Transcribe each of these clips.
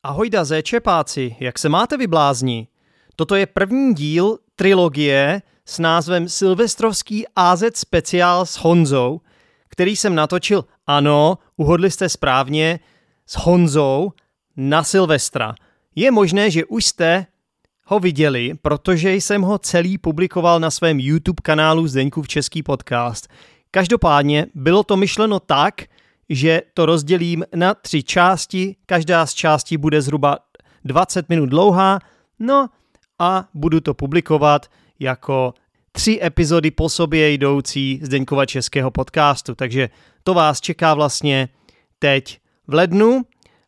Ahojda zéčepáci, jak se máte vy blázni? Toto je první díl trilogie s názvem Silvestrovský AZ speciál s Honzou, který jsem natočil, ano, uhodli jste správně, s Honzou na Silvestra. Je možné, že už jste ho viděli, protože jsem ho celý publikoval na svém YouTube kanálu Zdeňkův český podcast. Každopádně bylo to myšleno tak, že to rozdělím na 3 části, každá z částí bude zhruba 20 minut dlouhá, no a budu to publikovat jako 3 epizody po sobě jdoucí Zdeňkova českého podcastu, takže to vás čeká vlastně teď v lednu.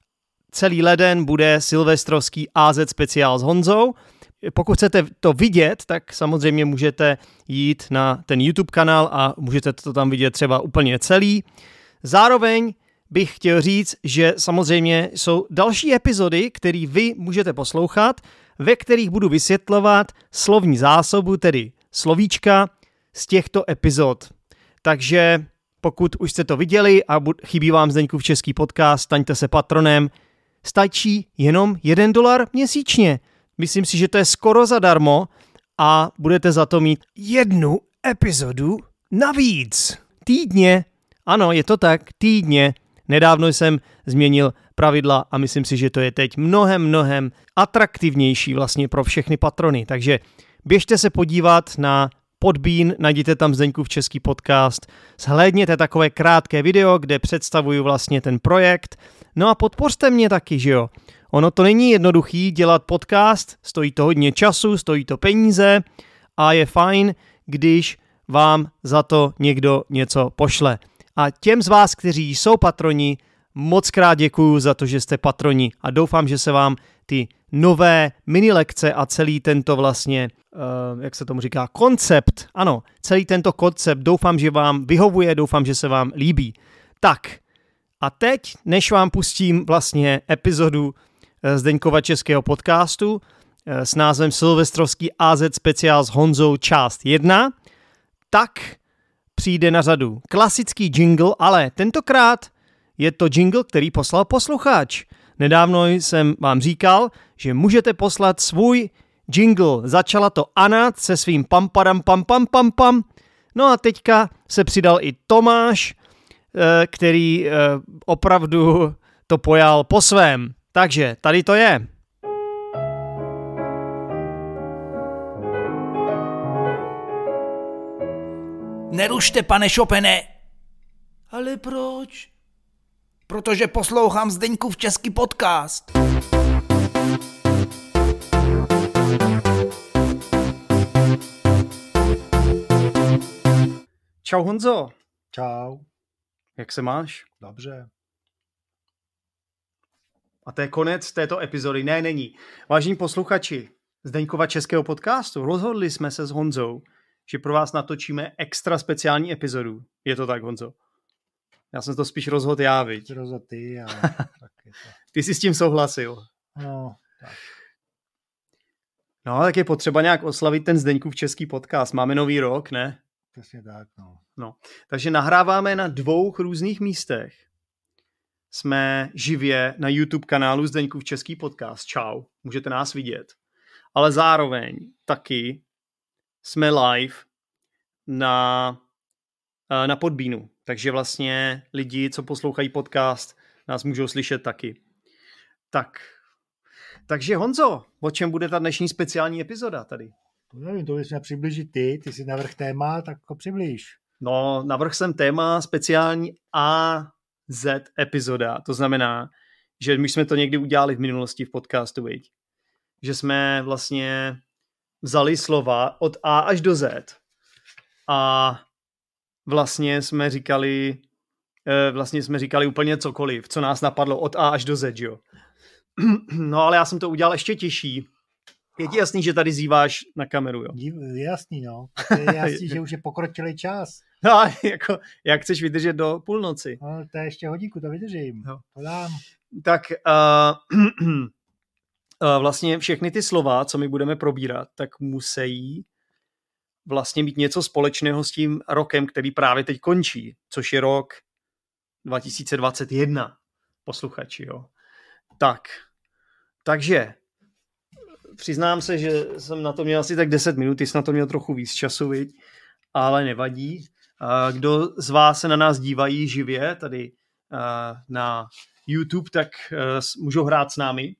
Celý leden bude silvestrovský AZ speciál s Honzou. Pokud chcete to vidět, tak samozřejmě můžete jít na ten YouTube kanál a můžete to tam vidět třeba úplně celý. Zároveň bych chtěl říct, že samozřejmě jsou další epizody, které vy můžete poslouchat, ve kterých budu vysvětlovat slovní zásobu, tedy slovíčka z těchto epizod. Takže pokud už jste to viděli a chybí vám Zdeňkův český podcast, staňte se patronem. Stačí jenom $1 měsíčně. Myslím si, že to je skoro zadarmo a budete za to mít 1 epizodu navíc. Týdně. Ano, je to tak, týdně. Nedávno jsem změnil pravidla a myslím si, že to je teď mnohem atraktivnější vlastně pro všechny patrony. Takže běžte se podívat na Podbean, najděte tam Zdeňkův český podcast, shlédněte takové krátké video, kde představuju vlastně ten projekt. No a podpořte mě taky, že jo. Ono to není jednoduchý dělat podcast, stojí to hodně času, stojí to peníze a je fajn, když vám za to někdo něco pošle. A těm z vás, kteří jsou patroni, moc krát děkuju za to, že jste patroni a doufám, že se vám ty nové mini lekce a celý tento vlastně, jak se tomu říká, koncept, ano, celý tento koncept doufám, že vám vyhovuje, doufám, že se vám líbí. Tak a teď, než vám pustím vlastně epizodu Zdeňkova českého podcastu s názvem Silvestrovský AZ speciál s Honzou část 1, tak přijde na řadu klasický jingle, ale tentokrát je to jingle, který poslal posluchač. Nedávno jsem vám říkal, že můžete poslat svůj jingle. Začala to Anna se svým pampadam pam pam pam pam. No a teďka se přidal i Tomáš, který opravdu to pojal po svém. Takže tady to je. Nerušte, pane Chopine. Ale proč? Protože poslouchám Zdeňkův český podcast. Čau Honzo. Čau. Jak se máš? Dobře. A to je konec této epizody. Ne, není. Vážení posluchači Zdeňkova českého podcastu, rozhodli jsme se s Honzou, že pro vás natočíme extra speciální epizodu. Je to tak, Honzo? Já jsem to spíš rozhodl já, viď? Rozhodl ty, ale tak je to. Ty jsi s tím souhlasil. No, tak. No, tak je potřeba nějak oslavit ten Zdeňkův český podcast. Máme nový rok, ne? Přesně tak, no. No, takže nahráváme na 2 různých místech. Jsme živě na YouTube kanálu Zdeňkův český podcast. Čau, můžete nás vidět. Ale zároveň taky jsme live na Podbeanu. Takže vlastně lidi, co poslouchají podcast, nás můžou slyšet taky. Takže Honzo, o čem bude ta dnešní speciální epizoda tady? To nevím, to bys měl přiblížit ty si navrch téma, tak ho přiblíž. No, navrch jsem téma speciální AZ epizoda. To znamená, že my jsme to někdy udělali v minulosti v podcastu, viď? Že jsme vlastně vzali slova od A až do Z a vlastně jsme říkali úplně cokoliv, co nás napadlo od A až do Z, jo. No ale já jsem to udělal ještě těžší. Je ti jasný, že tady zíváš na kameru, jo? Je jasný, no. Je jasný, že už je pokročilý čas. No, jako, jak chceš vydržet do půlnoci? No, to je ještě hodinku, to vydržím. Jo. To dám. Tak vlastně všechny ty slova, co my budeme probírat, tak musí vlastně mít něco společného s tím rokem, který právě teď končí, což je rok 2021, posluchači, jo. Tak, Takže přiznám se, že jsem na to měl asi tak 10 minut, ty jsi na to měl trochu víc času, viď? Ale nevadí. Kdo z vás se na nás dívají živě tady na YouTube, tak můžou hrát s námi.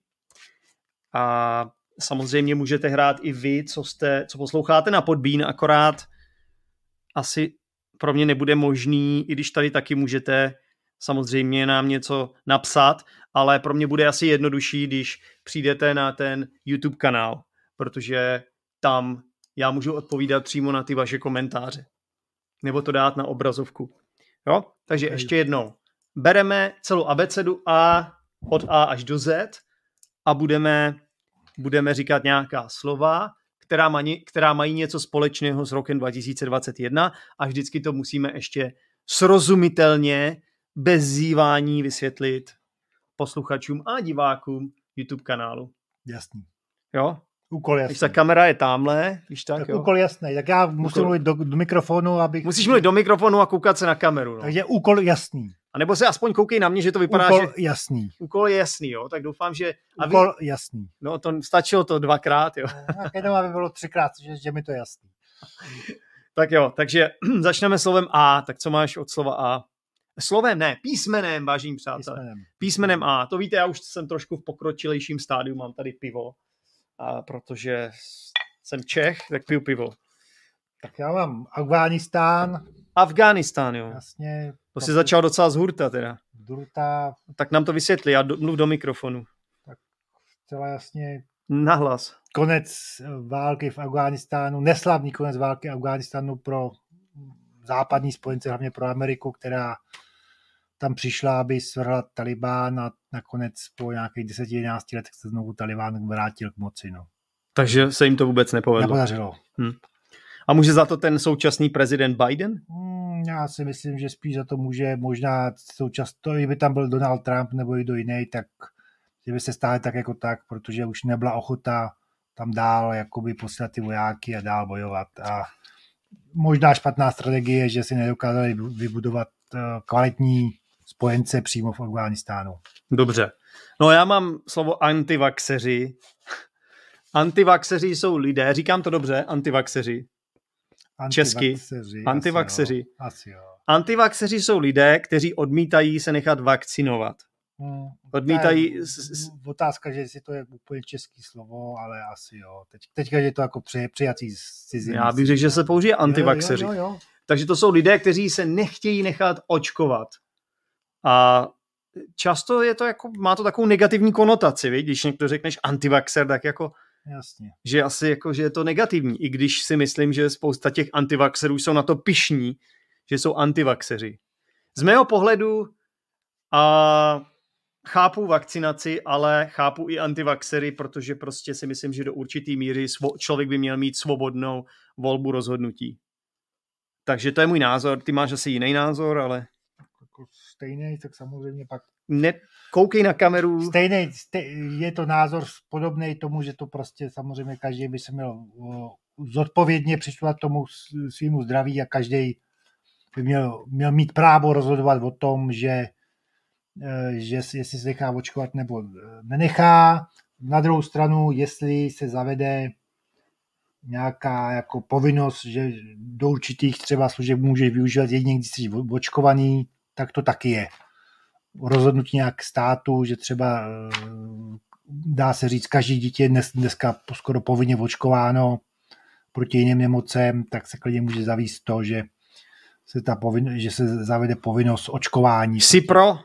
A samozřejmě můžete hrát i vy, co posloucháte na Podbean, akorát asi pro mě nebude možný, i když tady taky můžete samozřejmě nám něco napsat, ale pro mě bude asi jednodušší, když přijdete na ten YouTube kanál, protože tam já můžu odpovídat přímo na ty vaše komentáře. Nebo to dát na obrazovku. Jo? Takže ještě jednou. Bereme celou abecedu A od A až do Z a budeme říkat nějaká slova, která mají něco společného s rokem 2021 a vždycky to musíme ještě srozumitelně, bez zývání vysvětlit posluchačům a divákům YouTube kanálu. Jasný. Jo? Úkol jasný. Když ta kamera je tamhle, víš tak, jo? Úkol jasný. Tak já musím mluvit do mikrofonu, abych... Musíš mluvit do mikrofonu a koukat se na kameru. No. Takže úkol jasný. A nebo se aspoň koukej na mě, že to vypadá, úkol že... jasný. Úkol je jasný, jo? Tak doufám, že... Úkol jasný. No to stačilo to 2krát, jo? Tak jenom, aby bylo 3krát, že mi to je jasný. Tak jo, takže začneme slovem A. Tak co máš od slova A? Slovem ne, písmenem, vážení přátelé. Písmenem A. To víte, já už jsem trošku v pokročilejším stádiu, mám tady pivo. A protože jsem Čech, tak piju pivo. Tak já mám Afghánistán, jo. Jasně. To si začal docela z hurta teda. Tak nám to vysvětli a mluv do mikrofonu. Tak celá jasně. Nahlas. Konec války v Afghánistánu, neslavný konec války v Afghánistánu pro západní spojence, hlavně pro Ameriku, která tam přišla, aby svrhla Talibán a nakonec po nějakých 10-11 letech se znovu Talibán vrátil k moci. No. Takže se jim to vůbec nepovedlo. Nepodařilo. A může za to ten současný prezident Biden? Já si myslím, že spíš za to může možná současně, kdyby tam byl Donald Trump nebo někdo jiný, tak že by se stále tak jako tak, protože už nebyla ochota tam dál jakoby poslat ty vojáky a dál bojovat. A možná špatná strategie, že si nedokázali vybudovat kvalitní spojence přímo v Afghánistánu. Dobře. No já mám slovo antivaxeři. Antivaxeři jsou lidé, říkám to dobře, antivaxeři. Česky. Antivaxeři. Asi jo. Antivaxeři jsou lidé, kteří odmítají se nechat vakcinovat. Odmítají... Otázka, že jestli to je úplně český slovo, ale asi jo. Teďka je to jako přijací z ciziny. Já bych řekl, že se použije antivaxeři. Jo. Takže to jsou lidé, kteří se nechtějí nechat očkovat. A často je to jako, má to takovou negativní konotaci, viď? Když někdo řekneš antivaxer, tak jako, jasně. Že asi jako, že je to negativní. I když si myslím, že spousta těch antivaxerů jsou na to pyšní, že jsou antivaxeři. Z mého pohledu chápu vakcinaci, ale chápu i antivaxery, protože prostě si myslím, že do určitý míry člověk by měl mít svobodnou volbu rozhodnutí. Takže to je můj názor. Ty máš asi jiný názor, ale... Stejný, tak samozřejmě pak... Koukej na kameru. Je to názor podobný tomu, že to prostě samozřejmě každý by se měl zodpovědně přistupovat tomu svýmu zdraví a každý by měl mít právo rozhodovat o tom, že jestli se nechá očkovat nebo nenechá. Na druhou stranu, jestli se zavede nějaká jako povinnost, že do určitých třeba služeb můžeš využívat jedině, když jsi očkovaný, tak to taky je. Rozhodnutí nějak státu, že třeba dá se říct, každý dítě je dneska skoro povinně očkováno proti jiným nemocem, tak se klidně může zavést to, že se zavede povinnost očkování. Jsi pro?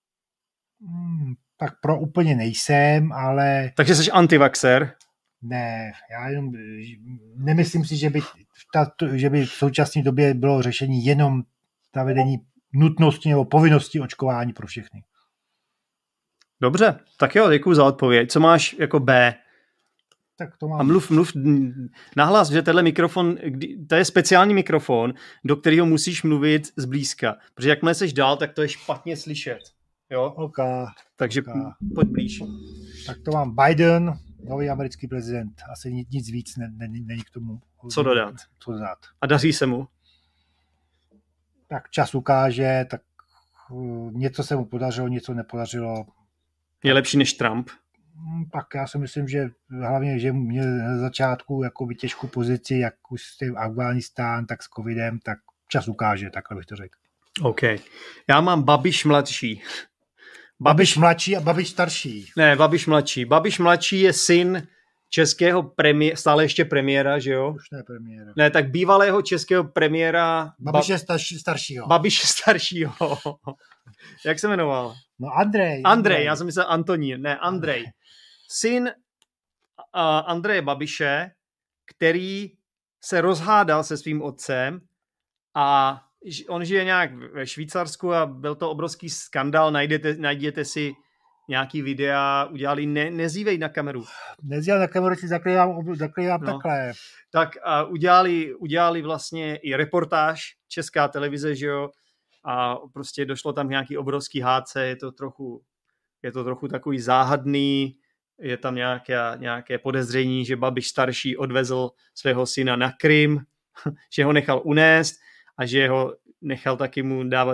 Tak pro úplně nejsem, ale... Takže jsi antivaxer? Ne, já jenom nemyslím si, že by v současné době bylo řešení jenom zavedení nutnosti nebo povinnosti očkování pro všechny. Dobře, tak jo, děkuji za odpověď. Co máš jako B? Tak to mám. A mluv nahlas, že tenhle mikrofon, to je speciální mikrofon, do kterého musíš mluvit zblízka. Protože jakmile seš dál, tak to je špatně slyšet. Jo? Takže pojď blíž. Tak to mám Biden, nový americký prezident. Asi nic víc není k tomu. Co dodat? A daří se mu? Tak čas ukáže, tak něco se mu podařilo, něco nepodařilo. Je lepší než Trump? Tak já si myslím, že hlavně, že měl na začátku jakoby těžkou pozici, jak už s tím Afghánistán, tak s covidem, tak čas ukáže, takhle bych to řekl. OK. Já mám Babiš mladší. Babiš mladší a Babiš starší. Ne, Babiš mladší. Babiš mladší je syn českého stále ještě premiéra, že jo? Už ne premiéra. Ne, tak bývalého českého premiéra... Babiše staršího. Babiše staršího. Jak se jmenoval? No Andrej. Andrej, já jsem myslel Antonín. Ne, Andrej. Syn Andreje Babiše, který se rozhádal se svým otcem a on žije nějak ve Švýcarsku a byl to obrovský skandál. Najděte si nějaký videa, udělali, nezívej na kameru. Nezívej na kameru, si zakrývám takhle. Tak udělali vlastně i reportáž, Česká televize, že jo, a prostě došlo tam nějaký obrovský hádce, je to trochu takový záhadný, je tam nějaké podezření, že Babiš starší odvezl svého syna na Krym, že ho nechal unést a že ho nechal taky mu dávat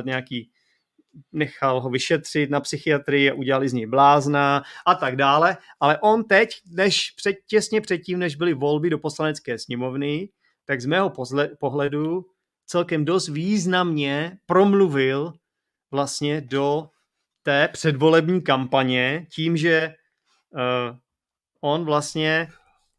nechal ho vyšetřit na psychiatrii a udělali z něj blázna a tak dále. Ale on teď, těsně předtím, než byly volby do poslanecké sněmovny, tak z mého pohledu celkem dost významně promluvil vlastně do té předvolební kampaně tím, že on vlastně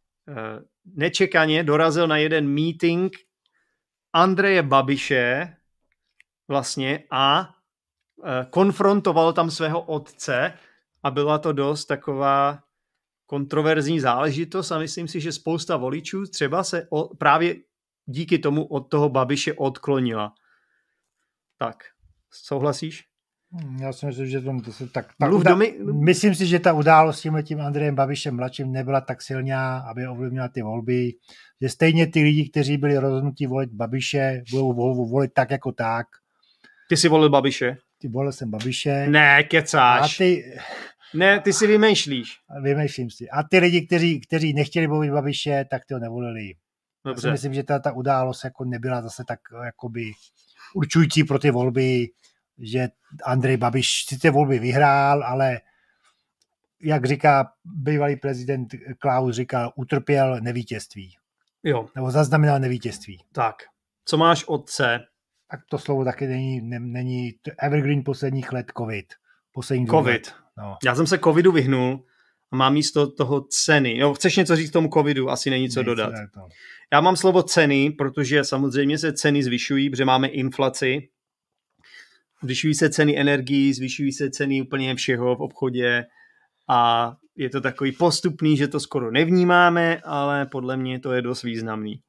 nečekaně dorazil na jeden meeting Andreje Babiše vlastně a konfrontoval tam svého otce a byla to dost taková kontroverzní záležitost a myslím si, že spousta voličů třeba se právě díky tomu od toho Babiše odklonila. Tak, souhlasíš? Já si myslím, že to se tak myslím si, že ta událost s tím Andrejem Babišem mladším nebyla tak silná, aby ovlivnila ty volby, že stejně ty lidi, kteří byli rozhodnutí volit Babiše, budou volit tak jako tak. Ty jsi volil Babiše? Volil jsem Babiše. Ne, kecáš. Ne, ty si vymýšlíš. Vymýšlím si. A ty lidi, kteří nechtěli volit Babiše, tak to nevolili. Dobře. Já si myslím, že ta událost jako nebyla zase tak jakoby určující pro ty volby, že Andrej Babiš sice volby vyhrál, ale jak říká bývalý prezident Klaus, říkal, utrpěl nevítězství. Jo. Nebo zaznamenal nevítězství. Tak, co máš otce? Tak to slovo taky není evergreen posledních let covid. Covid. No. Já jsem se covidu vyhnul a mám místo toho ceny. Jo, chceš něco říct k tomu covidu? Asi není co dodat. Já mám slovo ceny, protože samozřejmě se ceny zvyšují, protože máme inflaci. Zvyšují se ceny energií, zvyšují se ceny úplně všeho v obchodě a je to takový postupný, že to skoro nevnímáme, ale podle mě to je dost významný.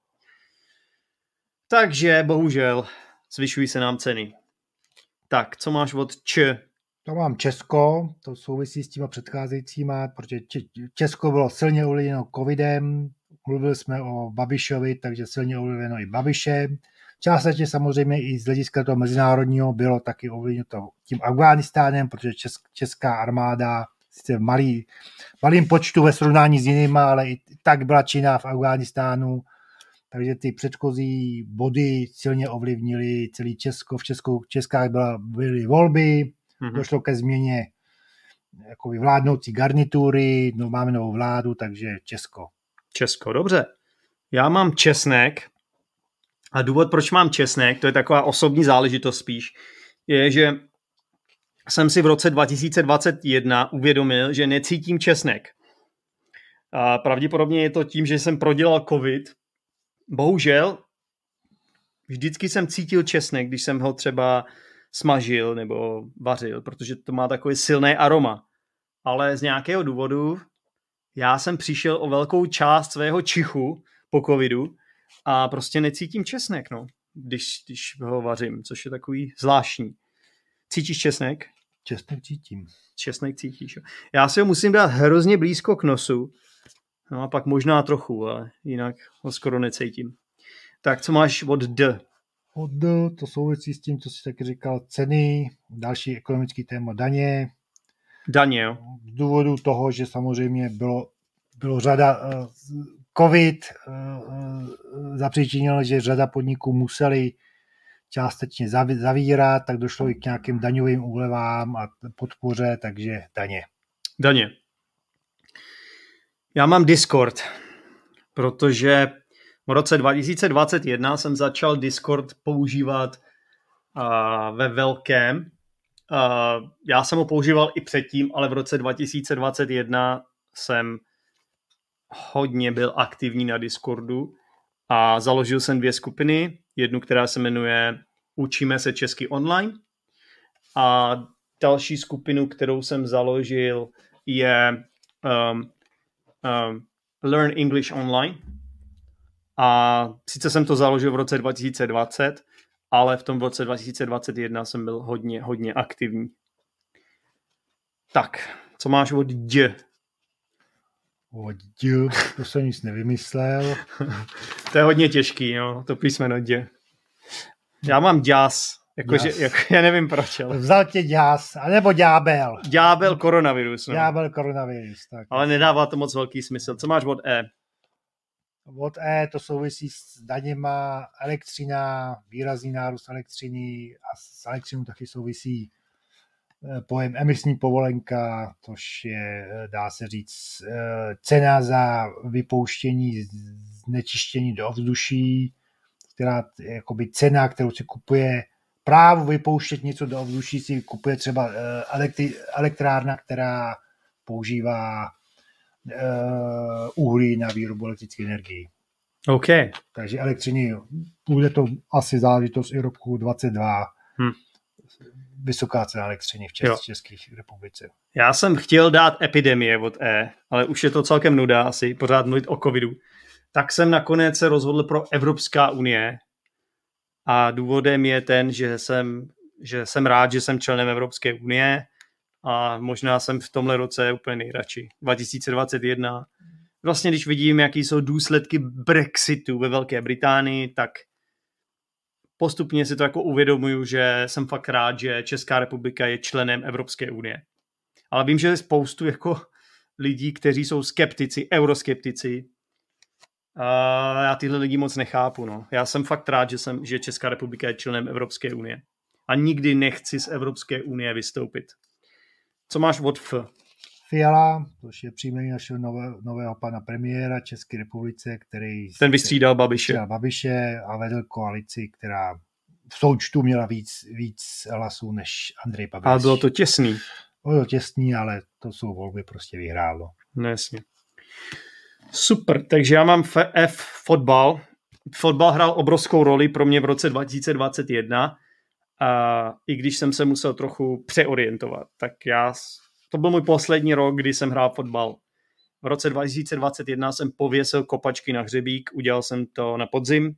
Takže bohužel zvyšují se nám ceny. Tak, co máš od To mám Česko, to souvisí s těma předcházejícíma, protože Česko bylo silně ovlivněno covidem, mluvili jsme o Babišovi, takže silně ovlivněno i Babišem. Částečně samozřejmě i z hlediska toho mezinárodního bylo taky ovlivněno tím Afghánistánem, protože česká armáda sice v malým počtu ve srovnání s jinýma, ale i tak byla činná v Afghánistánu, takže ty předchozí body silně ovlivnily celý Česko. V Českách byly volby, došlo ke změně jakoby vládnoucí garnitury, máme novou vládu, takže Česko, dobře. Já mám česnek a důvod, proč mám česnek, to je taková osobní záležitost spíš, je, že jsem si v roce 2021 uvědomil, že necítím česnek. A pravděpodobně je to tím, že jsem prodělal covid. Bohužel, vždycky jsem cítil česnek, když jsem ho třeba smažil nebo vařil, protože to má takový silný aroma. Ale z nějakého důvodu já jsem přišel o velkou část svého čichu po covidu a prostě necítím česnek, no, když ho vařím, což je takový zvláštní. Cítíš česnek? Česnek cítím. Česnek cítíš. Já si ho musím dát hrozně blízko k nosu, no a pak možná trochu, ale jinak ho skoro necítím. Tak co máš od D? Od D, to souvisí s tím, co jsi taky říkal, ceny, další ekonomický téma daně. Daně, jo. Z důvodu toho, že samozřejmě bylo řada covid zapříčinil, že řada podniků museli částečně zavírat, tak došlo i k nějakým daňovým úlevám a podpoře, takže daně. Já mám Discord, protože v roce 2021 jsem začal Discord používat ve velkém. Já jsem ho používal i předtím, ale v roce 2021 jsem hodně byl aktivní na Discordu a založil jsem 2 skupiny. Jednu, která se jmenuje Učíme se česky online a další skupinu, kterou jsem založil, je Learn English Online. A sice jsem to založil v roce 2020, ale v tom roce 2021 jsem byl hodně aktivní. Tak, co máš od D? Od D, to jsem nic nevymyslel. To je hodně těžký, no, to písmeno D. Já mám děs, jakože, já nevím proč, ale... Vzal tě děs, anebo ďábel. Ďábel koronavirus, no. Ďábel koronavirus, tak. Ale nedává to moc velký smysl. Co máš od E? Od E to souvisí s daněma, elektřina, výrazný nárůst elektřiny a s elektřinou taky souvisí pojem emisní povolenka, což je, dá se říct, cena za vypouštění znečištění do ovzduší, která jakoby cena, kterou si kupuje právo vypouštět něco do ovzduší, si kupuje třeba elektrárna, která používá uhlí na výrobu elektrické energie. OK. Takže elektřiny, bude to asi záležitost i roku 2022. Vysoká cena elektřiny v České republice. Já jsem chtěl dát epidemie od E, ale už je to celkem nuda asi, pořád mluvit o covidu. Tak jsem nakonec se rozhodl pro Evropská unie a důvodem je ten, že jsem rád, že jsem členem Evropské unie a možná jsem v tomhle roce úplně nejradši. 2021. Vlastně, když vidím, jaký jsou důsledky Brexitu ve Velké Británii, tak postupně si to jako uvědomuju, že jsem fakt rád, že Česká republika je členem Evropské unie. Ale vím, že je spoustu jako lidí, kteří jsou skeptici, euroskeptici. A já tyhle lidi moc nechápu. No. Já jsem fakt rád, že Česká republika je členem Evropské unie. A nikdy nechci z Evropské unie vystoupit. Co máš od F? Fiala, což je příjmení našeho nového pana premiéra České republice, který... Ten vystřídal Babiše. A vedl koalici, která v součtu měla víc hlasů než Andrej Babiš. Ale bylo to těsný. Bylo těsný, ale to jsou volby prostě vyhrálo. No jasně. Super, takže já mám F fotbal. Fotbal hrál obrovskou roli pro mě v roce 2021 a i když jsem se musel trochu přeorientovat, tak to byl můj poslední rok, kdy jsem hrál fotbal. V roce 2021 jsem pověsil kopačky na hřebík, udělal jsem to na podzim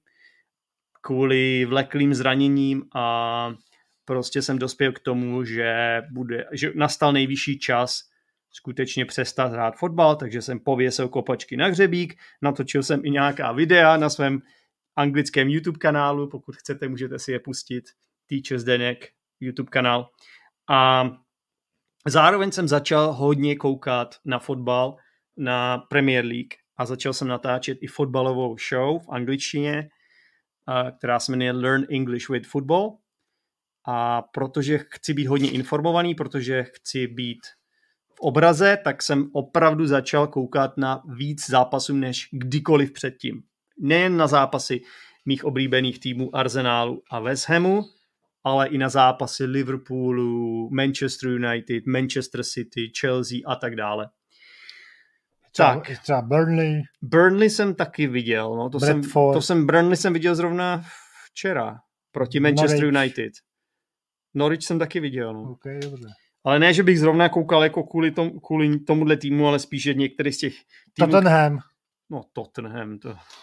kvůli vleklým zraněním a prostě jsem dospěl k tomu, že nastal nejvyšší čas skutečně přestat hrát fotbal, takže jsem pověsil kopačky na hřebík, natočil jsem i nějaká videa na svém anglickém YouTube kanálu, pokud chcete, můžete si je pustit, Teacher Zdeněk, YouTube kanál. A zároveň jsem začal hodně koukat na fotbal, na Premier League a začal jsem natáčet i fotbalovou show v angličtině, která se jmenuje Learn English with Football. A protože chci být hodně informovaný, protože chci být v obraze, tak jsem opravdu začal koukat na víc zápasů než kdykoliv předtím. Nejen na zápasy mých oblíbených týmů Arsenalu a West Hamu, ale i na zápasy Liverpoolu, Manchester United, Manchester City, Chelsea a tak dále. Třeba Burnley. Burnley jsem taky viděl. No. Burnley jsem viděl zrovna včera proti Manchester United. Norwich jsem taky viděl. No. Okay, dobře. Ale ne, že bych zrovna koukal jako kvůli tomuhle týmu, ale spíš, že některý z těch týmů... Tottenham. No Tottenham,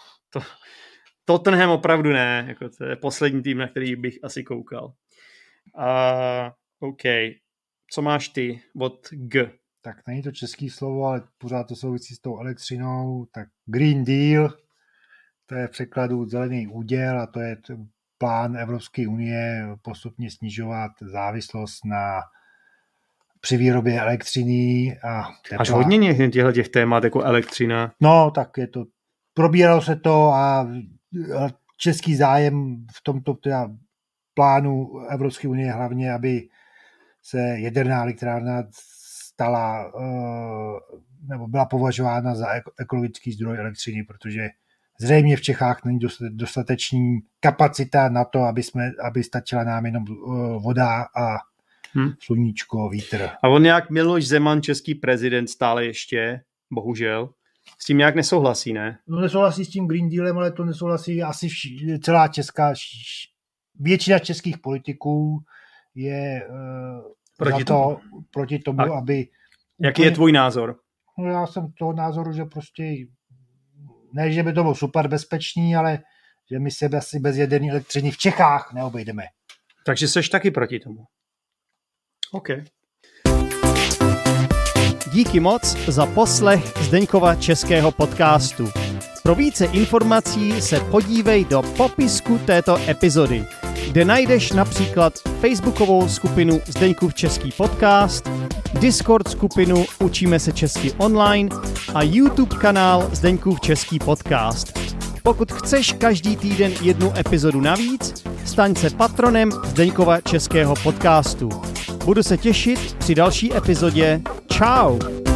Tottenham opravdu ne, jako to je poslední tým, na který bych asi koukal. OK, co máš ty od G? Tak není to český slovo, ale pořád to souvisí s tou elektřinou, tak Green Deal, to je v překladu zelený úděl a to je plán Evropské unie postupně snižovat závislost při výrobě elektřiny a tepla. Až hodně těch témat jako elektřina. No, tak je to, probíralo se to a český zájem v tomto plánu Evropské unie hlavně, aby se jaderná elektrárna stala nebo byla považována za ekologický zdroj elektřiny, protože zřejmě v Čechách není dostatečný kapacita na to, aby stačila nám jenom voda a sluníčko, vítr. A on nějak Miloš Zeman, český prezident, stále ještě, bohužel, s tím nějak nesouhlasí, ne? No nesouhlasí s tím Green Dealem, ale to nesouhlasí asi celá většina českých politiků je proti tomu, aby... Jaký je tvůj názor? No já jsem toho názoru, že prostě ne, že by to bylo super bezpečný, ale že my se asi bez jaderné elektřiny v Čechách neobejdeme. Takže seš taky proti tomu. OK. Díky moc za poslech Zdeňkova českého podcastu. Pro více informací se podívej do popisku této epizody, kde najdeš například facebookovou skupinu Zdeňkův český podcast, Discord skupinu Učíme se česky online a YouTube kanál Zdeňkův český podcast. Pokud chceš každý týden jednu epizodu navíc, staň se patronem Zdeňkova českého podcastu. Budu se těšit při další epizodě. Čau!